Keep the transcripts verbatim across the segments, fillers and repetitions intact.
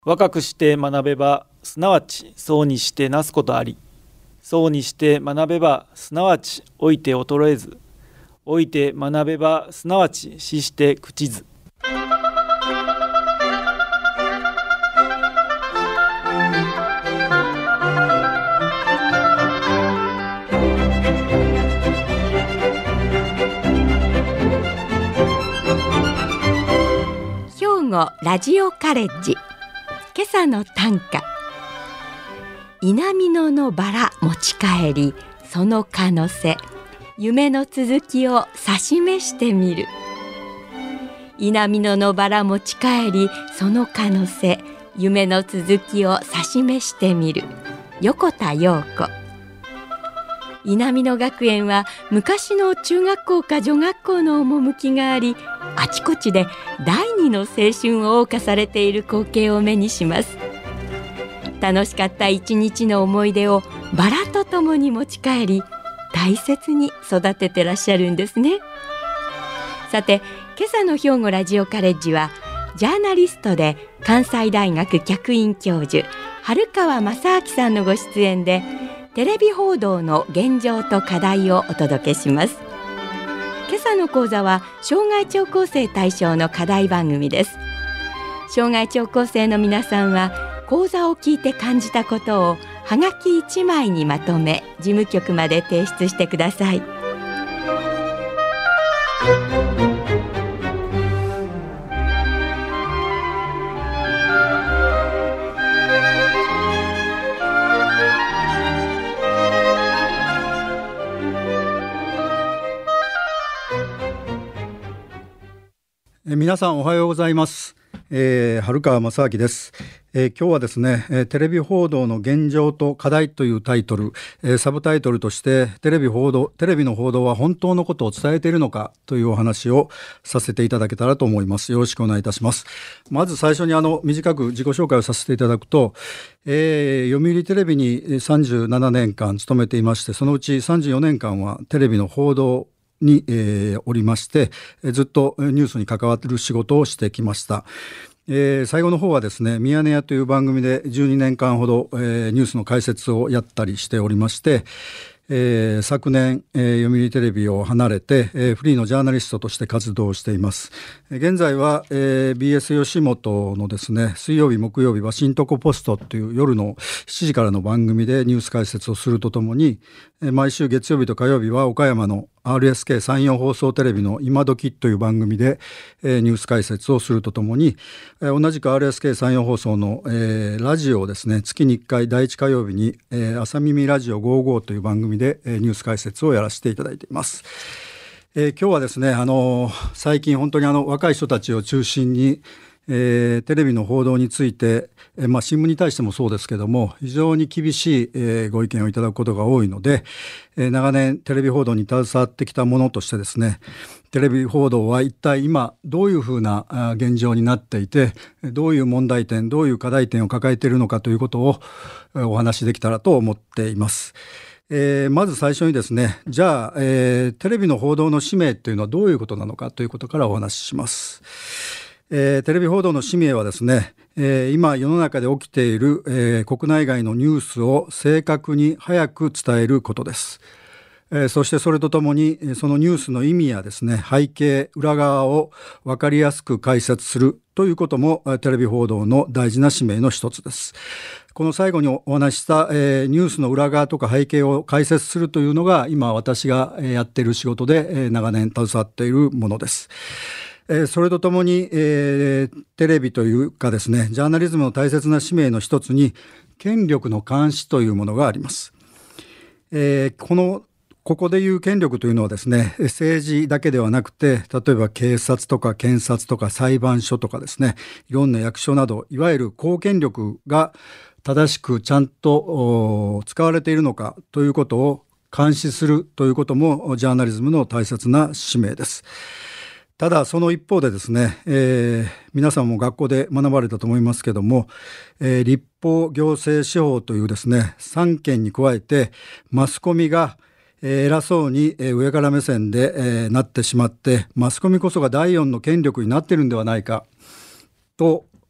若くして学べばすなわちそうにしてなすことあり、そうにして学べばすなわち老いて衰えず、老いて学べばすなわち死して朽ちず。 兵庫ラジオカレッジ、今朝の短歌。稲美野のバラ持ち帰り、その可能性、夢の続きを指し示してみる。稲美野のバラ持ち帰り、その可能性、夢の続きを指し示してみる。横田陽子。稲美野学園は昔の中学校か女学校の趣があり、あちこちで第二の青春を謳歌されている光景を目にします。楽しかった一日の思い出をバラとともに持ち帰り、大切に育ててらっしゃるんですね。さて、今朝の兵庫ラジオカレッジはジャーナリストで関西大学客員教授春川正明さんのご出演で、テレビ報道の現状と課題をお届けします。今朝の講座は障害聴講生対象の課題番組です。障害聴講生の皆さんは講座を聞いて感じたことをはがきいちまいにまとめ、事務局まで提出してください。 え皆さんおはようございます。えー、春川正明です。えー、今日はですね、えー、テレビ報道の現状と課題というタイトル、えー、サブタイトルとしてテレビ報道、テレビの報道は本当のことを伝えているのかというお話をさせていただけたらと思います。よろしくお願いいたします。まず最初にあの短く自己紹介をさせていただくと、えー、読売テレビにさんじゅうななねんかん勤めていまして、そのうちさんじゅうよねんかんはテレビの報道に、えー、おりまして、ずっとニュースに関わる仕事をしてきました。えー、最後の方はですね、ミヤネ屋という番組でじゅうにねんかんほど、えー、ニュースの解説をやったりしておりまして、えー、昨年、えー、読売テレビを離れて、えー、フリーのジャーナリストとして活動しています。現在は、えー、ビーエス 吉本のですね、水曜日木曜日ワシントコポストという夜のしちじからの番組でニュース解説をするとともに、えー、毎週月曜日と火曜日は岡山の アールエスケー 山陽放送テレビの今時という番組で、えー、ニュース解説をするとともに、えー、同じく アールエスケー 山陽放送の、えー、ラジオをですね、月にいっかいだいいち火曜日に、えー、朝耳ラジオごじゅうごという番組で、えー、ニュース解説をやらせていただいています。えー、今日はですね、あのー、最近本当にあの若い人たちを中心に、えー、テレビの報道について、えーまあ、新聞に対してもそうですけども、非常に厳しい、えー、ご意見をいただくことが多いので、えー、長年テレビ報道に携わってきたものとしてですね、テレビ報道は一体今どういうふうな現状になっていて、どういう問題点、どういう課題点を抱えているのかということをお話しできたらと思っています。えー、まず最初にですね、じゃあ、えー、テレビの報道の使命というのはどういうことなのかということからお話しします。えー、テレビ報道の使命はですね、えー、今世の中で起きている、えー、国内外のニュースを正確に早く伝えることです。えー、そしてそれとともにそのニュースの意味やですね、背景、裏側を分かりやすく解説するということもテレビ報道の大事な使命の一つです。この最後にお話しした、えー、ニュースの裏側とか背景を解説するというのが今私がやっている仕事で、えー、長年携わっているものです。えー、それとともに、えー、テレビというかですね、ジャーナリズムの大切な使命の一つに権力の監視というものがあります。えー、このここでいう権力というのはですね、政治だけではなくて、例えば警察とか検察とか裁判所とかですね、いろんな役所など、いわゆる公権力が正しくちゃんと使われているのかということを監視するということもジャーナリズムの大切な使命です。ただその一方でですね、えー、皆さんも学校で学ばれたと思いますけども、えー、立法、行政、司法というですね、さんけんに加えてマスコミがえー、偉そうに、えー、上から目線で、えー、なってしまって、マスコミこそが第四の権力になっているんではないかと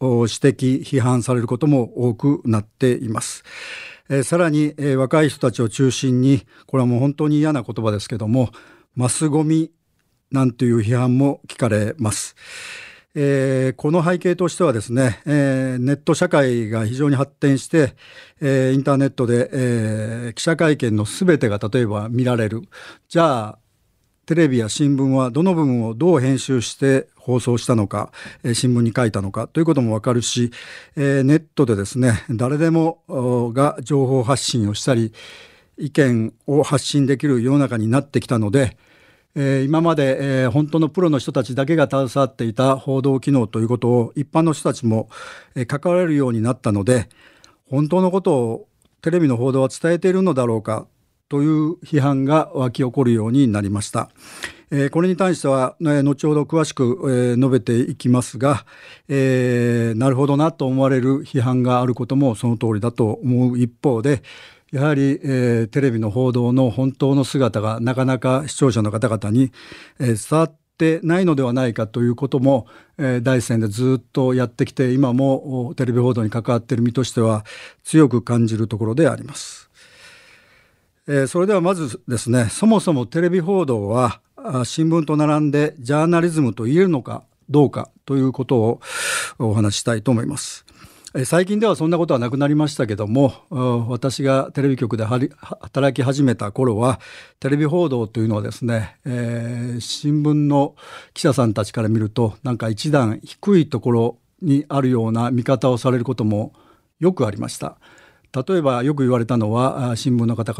指摘批判されることも多くなっています。えー、さらに、えー、若い人たちを中心に、これはもう本当に嫌な言葉ですけども、マスゴミなんていう批判も聞かれます。えー、この背景としてはですね、えー、ネット社会が非常に発展して、えー、インターネットで、えー、記者会見のすべてが例えば見られる。じゃあテレビや新聞はどの部分をどう編集して放送したのか、えー、新聞に書いたのかということもわかるし、えー、ネットでですね、誰でもが情報発信をしたり意見を発信できる世の中になってきたので、えー、今まで、えー、本当のプロの人たちだけが携わっていた報道機能ということを一般の人たちも、えー、関われるようになったので、本当のことをテレビの報道は伝えているのだろうかという批判が湧き起こるようになりました。えー、これに対しては、えー、後ほど詳しく、えー、述べていきますが、えー、なるほどなと思われる批判があることもその通りだと思う一方で、やはり、えー、テレビの報道の本当の姿がなかなか視聴者の方々に、えー、伝わってないのではないかということも、えー、第一線でずっとやってきて、今もテレビ報道に関わっている身としては強く感じるところであります。えー、それではまずですね、そもそもテレビ報道は新聞と並んでジャーナリズムと言えるのかどうかということをお話ししたいと思います。最近ではそんなことはなくなりましたけども、私がテレビ局で働き始めた頃はテレビ報道というのはですね、えー、新聞の記者さんたちから見るとなんか一段低いところにあるような見方をされることもよくありました。例えばよく言われたのは、新聞の方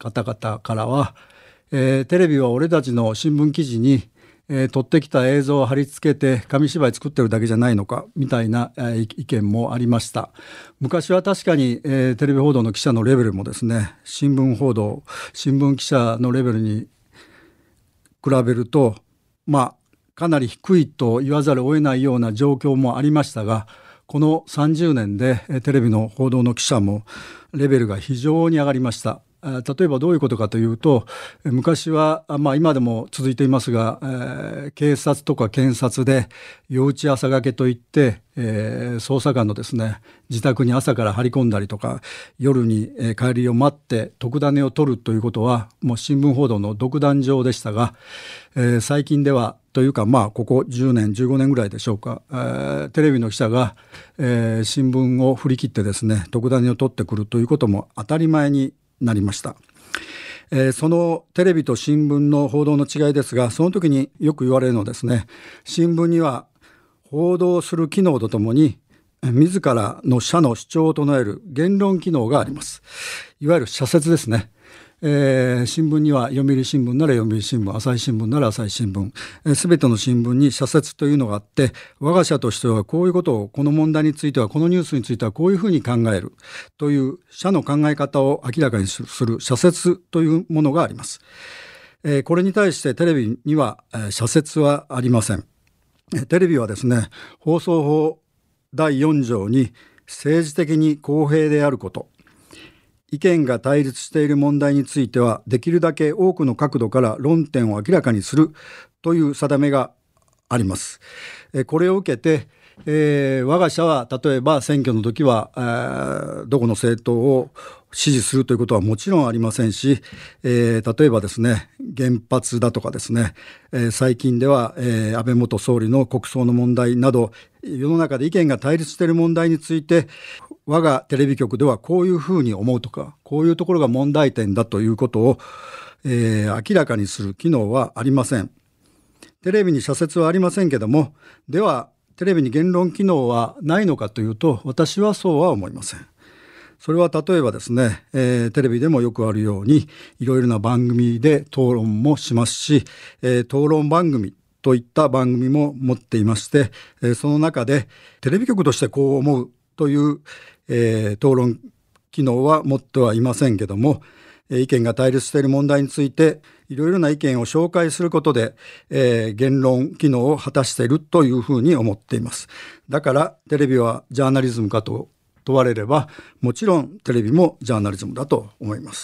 々からは、えー、テレビは俺たちの新聞記事にえー、撮ってきた映像を貼り付けて紙芝居作ってるだけじゃないのかみたいな、えー、意見もありました。昔は確かに、えー、テレビ報道の記者のレベルもですね、新聞報道新聞記者のレベルに比べるとまあかなり低いと言わざるを得ないような状況もありましたが、このさんじゅうねんでテレビの報道の記者もレベルが非常に上がりました。例えばどういうことかというと、昔は、まあ、今でも続いていますが、えー、警察とか検察で夜打ち朝がけといって、えー、捜査官のですね、自宅に朝から張り込んだりとか夜に、えー、帰りを待って特ダネを取るということはもう新聞報道の独壇場でしたが、えー、最近ではというかまあここじゅうねんじゅうごねんぐらいでしょうか、えー、テレビの記者が、えー、新聞を振り切ってですね特ダネを取ってくるということも当たり前になりました。えー、そのテレビと新聞の報道の違いですが、その時によく言われるのはですね、新聞には報道する機能とともに自らの社の主張を唱える言論機能があります。いわゆる社説ですね。えー、新聞には読売新聞なら読売新聞、朝日新聞なら朝日新聞、えー、全ての新聞に社説というのがあって、我が社としてはこういうことを、この問題についてはこのニュースについてはこういうふうに考えるという社の考え方を明らかにする社説というものがあります。えー、これに対してテレビには、えー、社説はありません。テレビはですね、放送法だいよん条に政治的に公平であること、意見が対立している問題についてはできるだけ多くの角度から論点を明らかにするという定めがあります。これを受けて、えー、我が社は例えば選挙の時は、えー、どこの政党を支持するということはもちろんありませんし、えー、例えばですね、原発だとかですね、えー、最近では、えー、安倍元総理の国葬の問題など世の中で意見が対立している問題について、我がテレビ局ではこういうふうに思うとか、こういうところが問題点だということを、えー、明らかにする機能はありません。テレビに社説はありませんけども、ではテレビに言論機能はないのかというと、私はそうは思いません。それは例えばですね、えー、テレビでもよくあるようにいろいろな番組で討論もしますし、えー、討論番組といった番組も持っていまして、えー、その中でテレビ局としてこう思うという、えー、討論機能は持ってはいませんけども、えー、意見が対立している問題についていろいろな意見を紹介することで、えー、言論機能を果たしているというふうに思っています。だからテレビはジャーナリズムかと問われれば、もちろんテレビもジャーナリズムだと思います。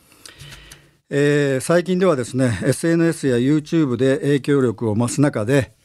えー、最近ではですね、エスエヌエス や YouTube で影響力を増す中で、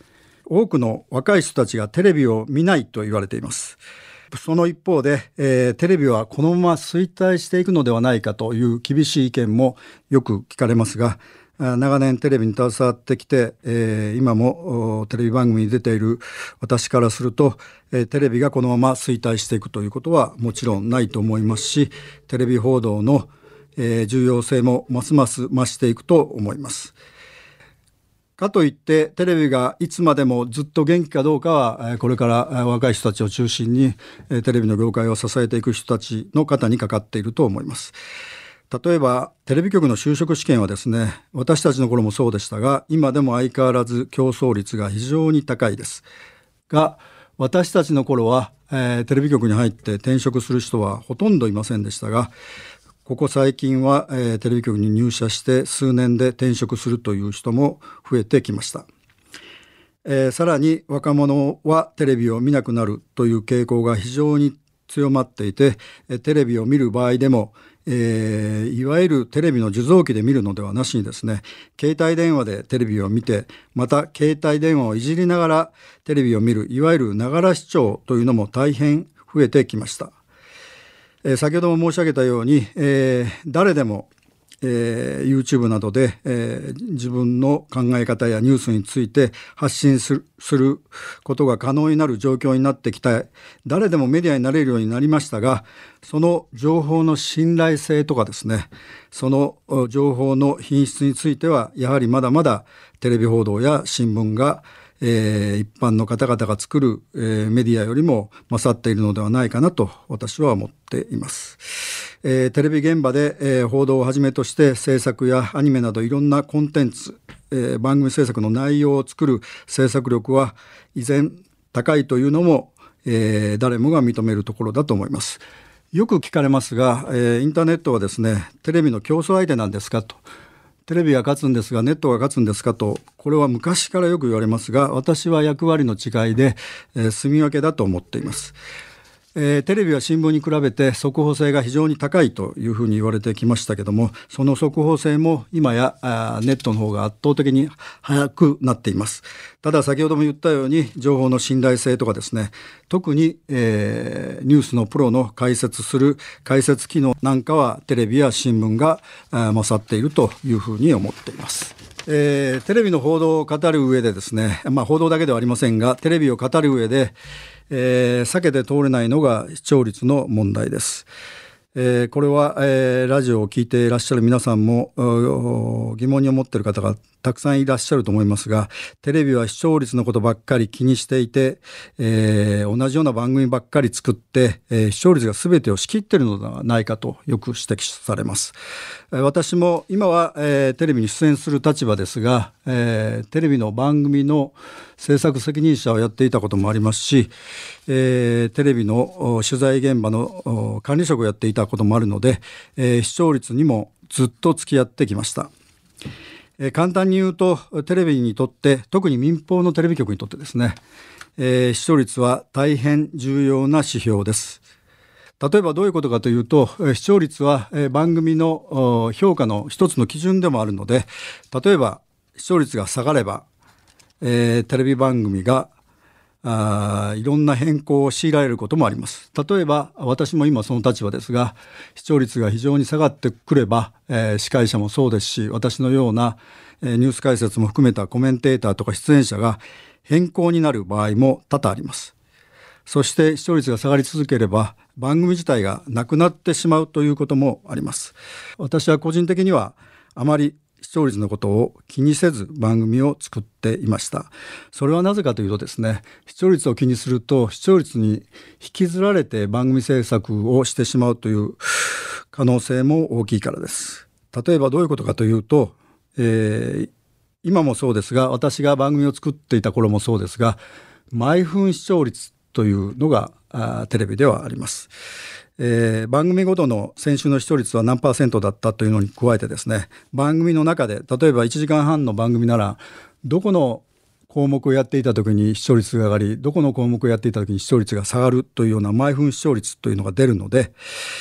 多くの若い人たちがテレビを見ないと言われています。その一方で、えー、テレビはこのまま衰退していくのではないかという厳しい意見もよく聞かれますが、長年テレビに携わってきて、えー、今もテレビ番組に出ている私からすると、えー、テレビがこのまま衰退していくということはもちろんないと思いますし、テレビ報道の、えー、重要性もますます増していくと思います。かといってテレビがいつまでもずっと元気かどうかは、これから若い人たちを中心にテレビの業界を支えていく人たちの方にかかっていると思います。例えばテレビ局の就職試験はですね、私たちの頃もそうでしたが、今でも相変わらず競争率が非常に高いですが、私たちの頃は、えー、テレビ局に入って転職する人はほとんどいませんでしたが、ここ最近は、えー、テレビ局に入社して数年で転職するという人も増えてきました。えー、さらに若者はテレビを見なくなるという傾向が非常に強まっていて、テレビを見る場合でも、えー、いわゆるテレビの受像機で見るのではなしにですね、携帯電話でテレビを見て、また携帯電話をいじりながらテレビを見る、いわゆるながら視聴というのも大変増えてきました。えー、先ほども申し上げたように、えー、誰でも、えー、YouTube などで、えー、自分の考え方やニュースについて発信する、することが可能になる状況になってきた。誰でもメディアになれるようになりましたが、その情報の信頼性とかですね、その情報の品質についてはやはりまだまだテレビ報道や新聞が、えー、一般の方々が作る、えー、メディアよりも勝っているのではないかなと私は思っています。えー、テレビ現場で、えー、報道をはじめとして制作やアニメなどいろんなコンテンツ、えー、番組制作の内容を作る制作力は依然高いというのも、えー、誰もが認めるところだと思います。よく聞かれますが、えー、インターネットはですね、テレビの競争相手なんですかと。テレビが勝つんですがネットが勝つんですかと、これは昔からよく言われますが、私は役割の違いで、えー、住み分けだと思っています。えー、テレビは新聞に比べて速報性が非常に高いというふうに言われてきましたけども、その速報性も今やあネットの方が圧倒的に速くなっています。ただ先ほども言ったように情報の信頼性とかですね、特に、えー、ニュースのプロの解説する解説機能なんかはテレビや新聞が勝っているというふうに思っています。えー、テレビの報道を語る上でですね、まあ、報道だけではありませんが、テレビを語る上でえー、避けて通れないのが視聴率の問題です。えー、これは、えー、ラジオを聞いていらっしゃる皆さんも疑問に思っている方がたくさんいらっしゃると思いますが、テレビは視聴率のことばっかり気にしていて、えー、同じような番組ばっかり作って、えー、視聴率が全てを仕切っているのではないかとよく指摘されます。えー、私も今は、えー、テレビに出演する立場ですが、えー、テレビの番組の制作責任者をやっていたこともありますし、えー、テレビの取材現場の管理職をやっていたこともあるので、えー、視聴率にもずっと付き合ってきました。えー、簡単に言うとテレビにとって、特に民放のテレビ局にとってですね、えー、視聴率は大変重要な指標です。例えばどういうことかというと、視聴率は番組の評価の一つの基準でもあるので、例えば視聴率が下がれば、えー、テレビ番組があいろんな変更を強いられることもあります。例えば私も今その立場ですが、視聴率が非常に下がってくれば、えー、司会者もそうですし、私のような、えー、ニュース解説も含めたコメンテーターとか出演者が変更になる場合も多々あります。そして視聴率が下がり続ければ番組自体がなくなってしまうということもあります。私は個人的にはあまり視聴率のことを気にせず番組を作っていました。それはなぜかというとですね、視聴率を気にすると視聴率に引きずられて番組制作をしてしまうという可能性も大きいからです。例えばどういうことかというと、えー、今もそうですが、私が番組を作っていた頃もそうですが、毎分視聴率というのがテレビではあります。えー、番組ごとの先週の視聴率は何パーセントだったというのに加えてですね、番組の中で例えばいちじかんはんの番組ならどこの項目をやっていた時に視聴率が上がり、どこの項目をやっていた時に視聴率が下がるというような毎分視聴率というのが出るので、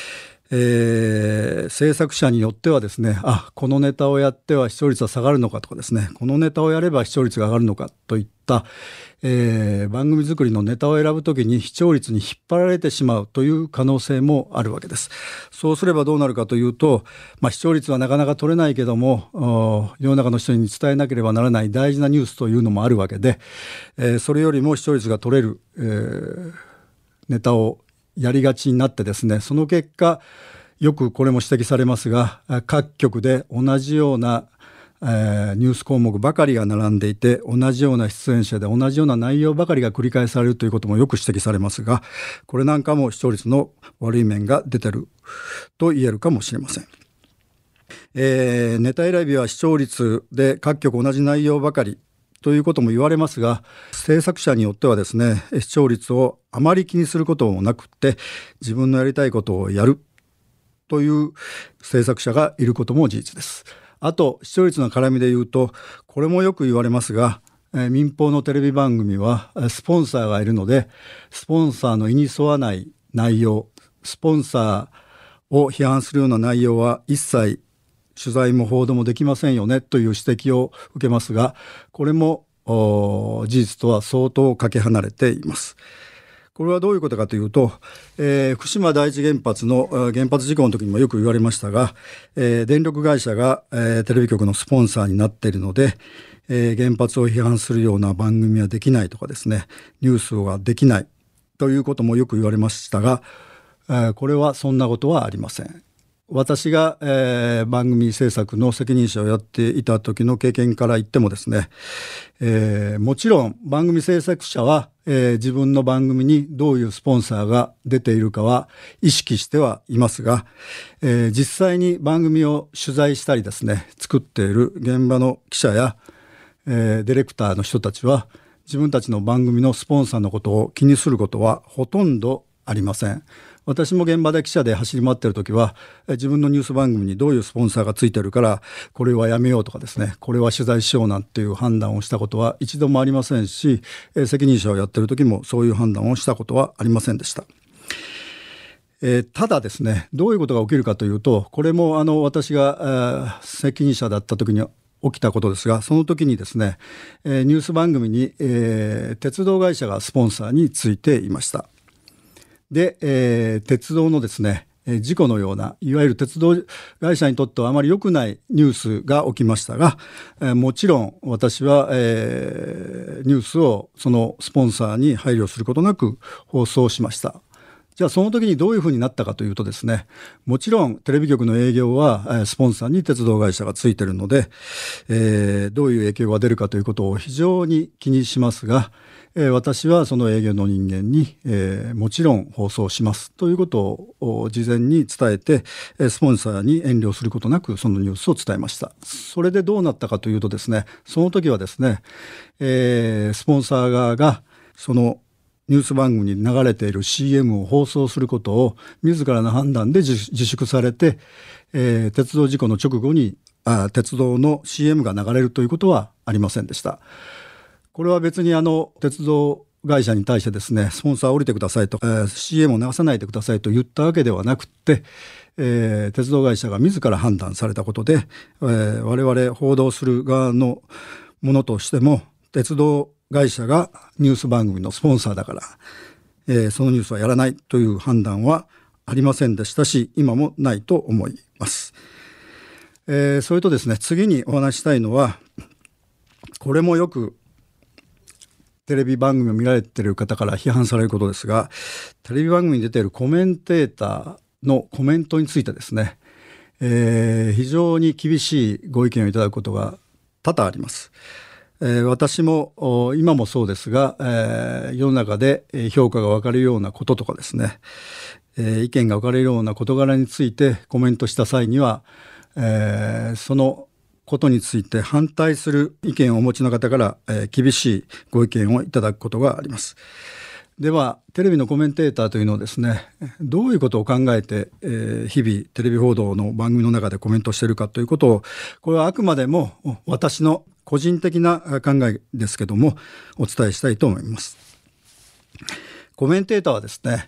えー、制作者によってはですね、あ、このネタをやっては視聴率は下がるのかとかですね、このネタをやれば視聴率が上がるのかといった、えー、番組作りのネタを選ぶときに視聴率に引っ張られてしまうという可能性もあるわけです。そうすればどうなるかというと、まあ、視聴率はなかなか取れないけども、世の中の人に伝えなければならない大事なニュースというのもあるわけで、えー、それよりも視聴率が取れる、えー、ネタをやりがちになってですね、その結果よくこれも指摘されますが、各局で同じような、えー、ニュース項目ばかりが並んでいて、同じような出演者で同じような内容ばかりが繰り返されるということもよく指摘されますが、これなんかも視聴率の悪い面が出てると言えるかもしれません。えー、ネタ選びは視聴率で各局同じ内容ばかりということも言われますが、制作者によってはですね、視聴率をあまり気にすることもなくって、自分のやりたいことをやるという制作者がいることも事実です。あと、視聴率の絡みで言うと、これもよく言われますが、えー、民放のテレビ番組はスポンサーがいるので、スポンサーの意に沿わない内容、スポンサーを批判するような内容は一切取材も報道もできませんよねという指摘を受けますが、これも事実とは相当かけ離れています。これはどういうことかというと、えー、福島第一原発の原発事故の時にもよく言われましたが、えー、電力会社が、えー、テレビ局のスポンサーになっているので、えー、原発を批判するような番組はできないとかですね、ニュースはできないということもよく言われましたが、えー、これはそんなことはありません。私が、えー、番組制作の責任者をやっていた時の経験から言ってもですね、えー、もちろん番組制作者は、えー、自分の番組にどういうスポンサーが出ているかは意識してはいますが、えー、実際に番組を取材したりですね、作っている現場の記者や、えー、ディレクターの人たちは自分たちの番組のスポンサーのことを気にすることはほとんどありません。私も現場で記者で走り回っているときは、自分のニュース番組にどういうスポンサーがついているからこれはやめようとかですね、これは取材しようなんていう判断をしたことは一度もありませんし、責任者をやっているときもそういう判断をしたことはありませんでした。えー、ただですね、どういうことが起きるかというと、これもあの私が責任者だったときに起きたことですが、その時にですね、えー、ニュース番組に、えー、鉄道会社がスポンサーについていました。で、えー、鉄道のですね、事故のようないわゆる鉄道会社にとってはあまり良くないニュースが起きましたが、えー、もちろん私は、えー、ニュースをそのスポンサーに配慮することなく放送しました。じゃあその時にどういうふうになったかというとですね、もちろんテレビ局の営業はスポンサーに鉄道会社がついているので、えー、どういう影響が出るかということを非常に気にしますが、えー、私はその営業の人間に、えー、もちろん放送しますということを事前に伝えて、スポンサーに遠慮することなくそのニュースを伝えました。それでどうなったかというとですね、その時はですね、えー、スポンサー側がそのニュース番組に流れている シーエム を放送することを自らの判断で自粛されて、えー、鉄道事故の直後にあ鉄道の シーエム が流れるということはありませんでした。これは別にあの鉄道会社に対してですね、スポンサー降りてくださいと、えー、シーエム を流さないでくださいと言ったわけではなくて、えー、鉄道会社が自ら判断されたことで、えー、我々報道する側のものとしても鉄道会社がニュース番組のスポンサーだから、えー、そのニュースはやらないという判断はありませんでしたし、今もないと思います。えー、それとですね、次にお話したいのは、これもよくテレビ番組を見られている方から批判されることですが、テレビ番組に出ているコメンテーターのコメントについてですね、えー、非常に厳しいご意見をいただくことが多々あります。えー、私も今もそうですが、えー、世の中で評価が分かれるようなこととかですね、えー、意見が分かれるような事柄についてコメントした際には、えー、そのことについて反対する意見をお持ちの方から、えー、厳しいご意見をいただくことがあります。ではテレビのコメンテーターというのをですね、どういうことを考えて、えー、日々テレビ報道の番組の中でコメントしているかということを、これはあくまでも私の個人的な考えですけどもお伝えしたいと思います。コメンテーターはですね、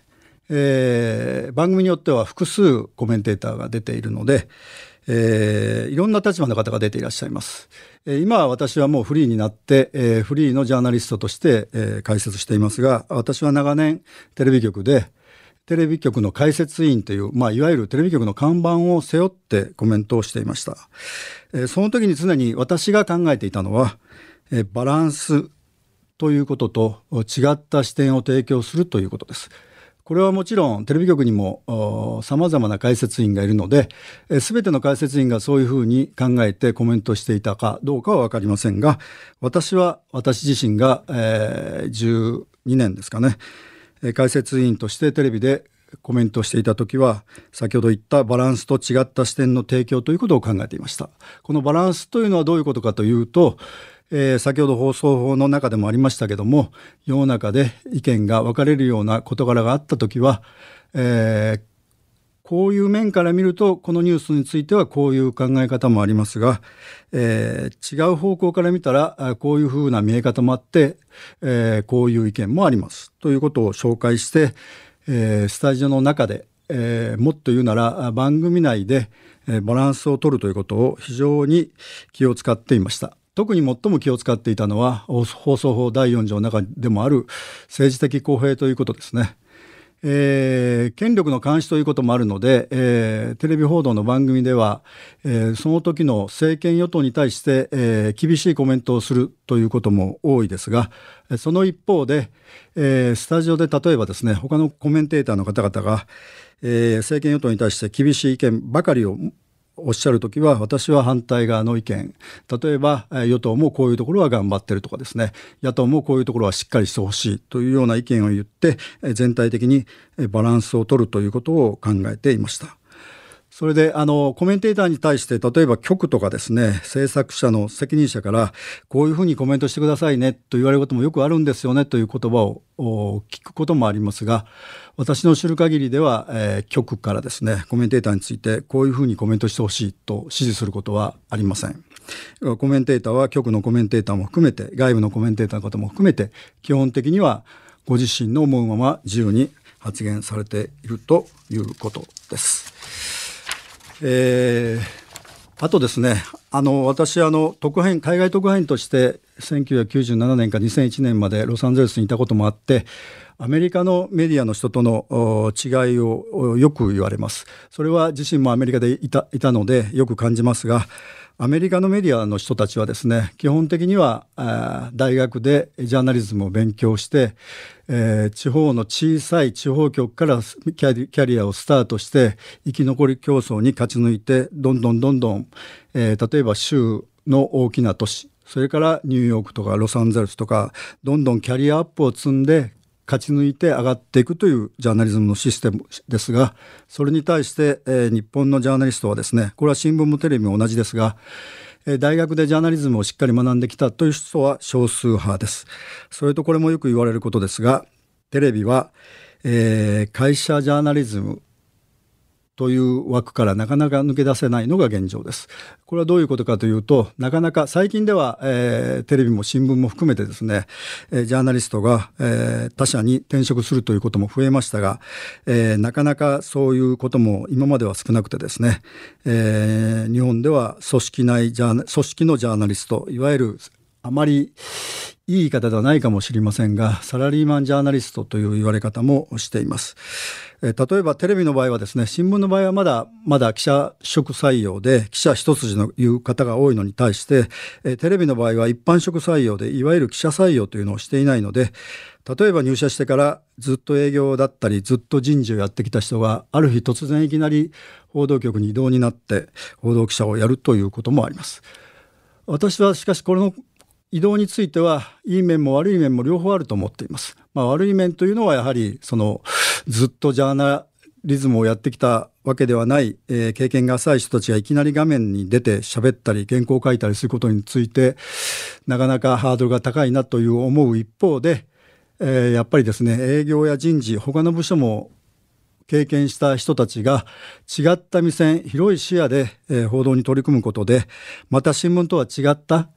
えー、番組によっては複数コメンテーターが出ているので、えー、いろんな立場の方が出ていらっしゃいます。えー、今は私はもうフリーになって、えー、フリーのジャーナリストとして、えー、解説していますが、私は長年テレビ局でテレビ局の解説委員という、まあ、いわゆるテレビ局の看板を背負ってコメントをしていました。えー、その時に常に私が考えていたのは、えー、バランスということと違った視点を提供するということです。これはもちろんテレビ局にもさまざまな解説員がいるので、すべての解説員がそういうふうに考えてコメントしていたかどうかは分かりませんが、私は私自身が、えー、じゅうにねんですかね、解説員としてテレビでコメントしていた時は、先ほど言ったバランスと違った視点の提供ということを考えていました。このバランスというのはどういうことかというと、えー、先ほど放送法の中でもありましたけども、世の中で意見が分かれるような事柄があったときは、えー、こういう面から見るとこのニュースについてはこういう考え方もありますが、えー、違う方向から見たらこういうふうな見え方もあって、えー、こういう意見もありますということを紹介して、えー、スタジオの中で、えー、もっと言うなら番組内でバランスを取るということを非常に気を使っていました。特に最も気を使っていたのは放送法だいよん条の中でもある政治的公平ということですね。えー、権力の監視ということもあるので、えー、テレビ報道の番組では、えー、その時の政権与党に対して、えー、厳しいコメントをするということも多いですが、その一方で、えー、スタジオで例えばですね、他のコメンテーターの方々が、えー、政権与党に対して厳しい意見ばかりをおっしゃるときは、私は反対側の意見、例えば与党もこういうところは頑張ってるとかですね、野党もこういうところはしっかりしてほしいというような意見を言って、全体的にバランスを取るということを考えていました。それであのコメンテーターに対して、例えば局とかですね、制作者の責任者からこういうふうにコメントしてくださいねと言われることもよくあるんですよねという言葉を聞くこともありますが、私の知る限りでは、えー、局からですね、コメンテーターについてこういうふうにコメントしてほしいと指示することはありません。コメンテーターは局のコメンテーターも含めて、外部のコメンテーターの方も含めて、基本的にはご自身の思うまま自由に発言されているということです。えー、あとですね、あの私あの特派員海外特派員としてせんきゅうひゃくきゅうじゅうななねんからにせんいちねんまでロサンゼルスにいたこともあって、アメリカのメディアの人との違いをよく言われます。それは自身もアメリカでいた、いたのでよく感じますが、アメリカのメディアの人たちはですね、基本的には大学でジャーナリズムを勉強して、えー、地方の小さい地方局からキャリ、キャリアをスタートして生き残り競争に勝ち抜いて、どんどんどんどん、えー、例えば州の大きな都市、それからニューヨークとかロサンゼルスとか、どんどんキャリアアップを積んで勝ち抜いて上がっていくというジャーナリズムのシステムですが、それに対して、えー、日本のジャーナリストはですね、これは新聞もテレビも同じですが、えー、大学でジャーナリズムをしっかり学んできたという人は少数派です。それとこれもよく言われることですが、テレビは、えー、会社ジャーナリズムという枠からなかなか抜け出せないのが現状です。これはどういうことかというと、なかなか最近では、えー、テレビも新聞も含めてですね、えー、ジャーナリストが、えー、他社に転職するということも増えましたが、えー、なかなかそういうことも今までは少なくてですね、えー、日本では組織内ジャーナ、組織のジャーナリスト、いわゆるあまりいい言い方ではないかもしれませんが、サラリーマンジャーナリストという言われ方もしています。えー、例えばテレビの場合はですね、新聞の場合はまだまだ記者職採用で記者一筋のいう方が多いのに対して、えー、テレビの場合は一般職採用でいわゆる記者採用というのをしていないので、例えば入社してからずっと営業だったりずっと人事をやってきた人がある日突然いきなり報道局に異動になって報道記者をやるということもあります。私はしかしこの移動についてはいい面も悪い面も両方あると思っています。まあ、悪い面というのはやはりそのずっとジャーナリズムをやってきたわけではない、えー、経験が浅い人たちがいきなり画面に出て喋ったり原稿を書いたりすることについてなかなかハードルが高いなという思う一方で、えー、やっぱりですね、営業や人事他の部署も経験した人たちが違った目線、広い視野で、えー、報道に取り組むことで、また新聞とは違った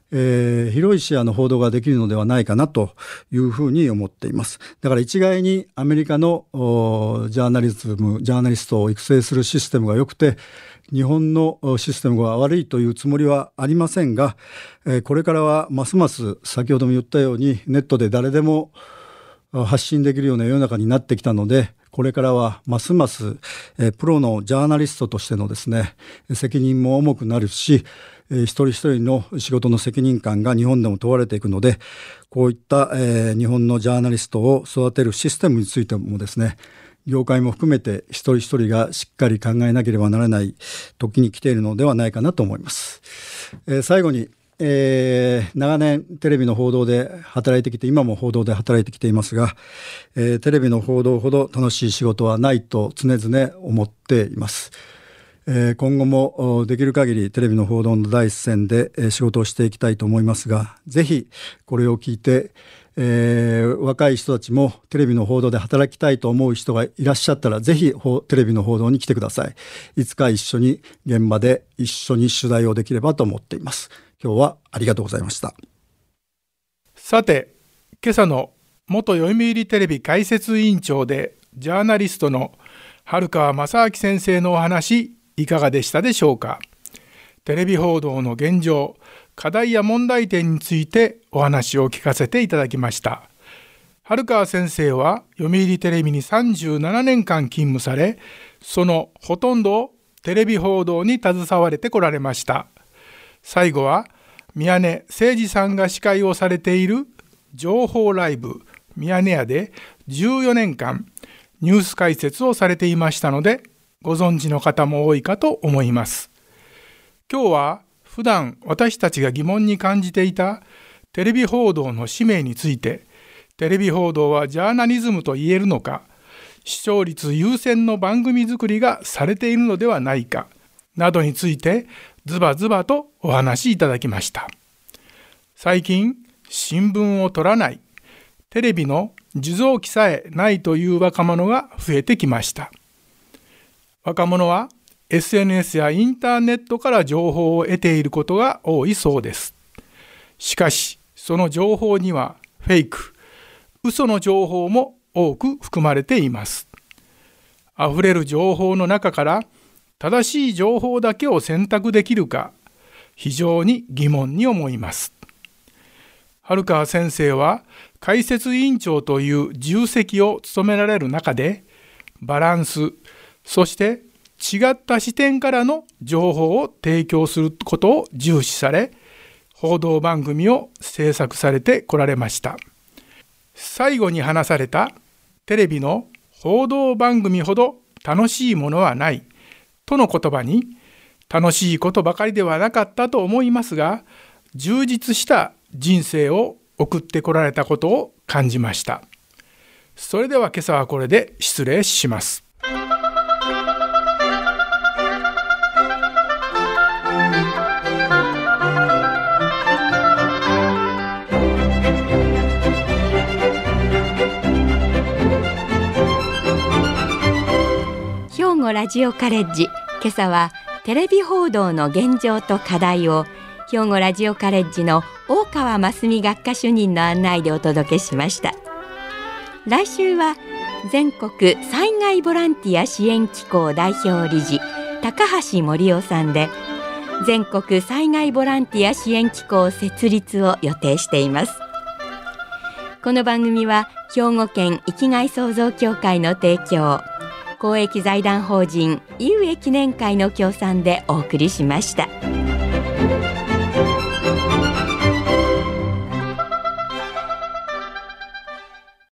えー、広い視野の報道ができるのではないかなというふうに思っています。だから一概にアメリカのジャーナリズム、ジャーナリストを育成するシステムが良くて、日本のシステムが悪いというつもりはありませんが、これからはますます先ほども言ったようにネットで誰でも発信できるような世の中になってきたので、これからはますますプロのジャーナリストとしてのですね、責任も重くなるし、一人一人の仕事の責任感が日本でも問われていくので、こういった、えー、日本のジャーナリストを育てるシステムについてもですね、業界も含めて一人一人がしっかり考えなければならない時に来ているのではないかなと思います。えー、最後に、えー、長年テレビの報道で働いてきて、今も報道で働いてきていますが、えー、テレビの報道ほど楽しい仕事はないと常々思っています。えー、今後もできる限りテレビの報道の第一線で仕事をしていきたいと思いますが、ぜひこれを聞いて、えー、若い人たちもテレビの報道で働きたいと思う人がいらっしゃったら、ぜひテレビの報道に来てください。いつか一緒に現場で一緒に取材をできればと思っています。今日はありがとうございました。 さて、今朝の元読売テレビ解説委員長でジャーナリストの春川正明先生のお話、いかがでしたでしょうか。テレビ報道の現状、課題や問題点についてお話を聞かせていただきました。春川先生は読売テレビにさんじゅうななねんかん勤務され、そのほとんどをテレビ報道に携われてこられました。最後は宮根誠司さんが司会をされている情報ライブミヤネ屋でじゅうよねんかんニュース解説をされていましたので、ご存知の方も多いかと思います。今日は普段私たちが疑問に感じていたテレビ報道の使命について、テレビ報道はジャーナリズムと言えるのか、視聴率優先の番組作りがされているのではないかなどについてズバズバとお話しいただきました。最近新聞を取らない、テレビの受像機さえないという若者が増えてきました。若者は エスエヌエス やインターネットから情報を得ていることが多いそうです。しかし、その情報にはフェイク、嘘の情報も多く含まれています。あふれる情報の中から正しい情報だけを選択できるか、非常に疑問に思います。春川先生は解説委員長という重責を務められる中で、バランス、そして違った視点からの情報を提供することを重視され、報道番組を制作されてこられました。最後に話されたテレビの報道番組ほど楽しいものはないとの言葉に、楽しいことばかりではなかったと思いますが、充実した人生を送ってこられたことを感じました。それでは今朝はこれで失礼します。 兵庫ラジオカレッジ、今朝はテレビ報道の現状と課題を兵庫ラジオカレッジの大川真澄学科主任の案内でお届けしました。来週は全国災害ボランティア支援機構代表理事高橋森夫さんで、全国災害ボランティア支援機構設立を予定しています。この番組は兵庫県生きがい創造協会の提供、公益財団法人井上記念会の協賛でお送りしました。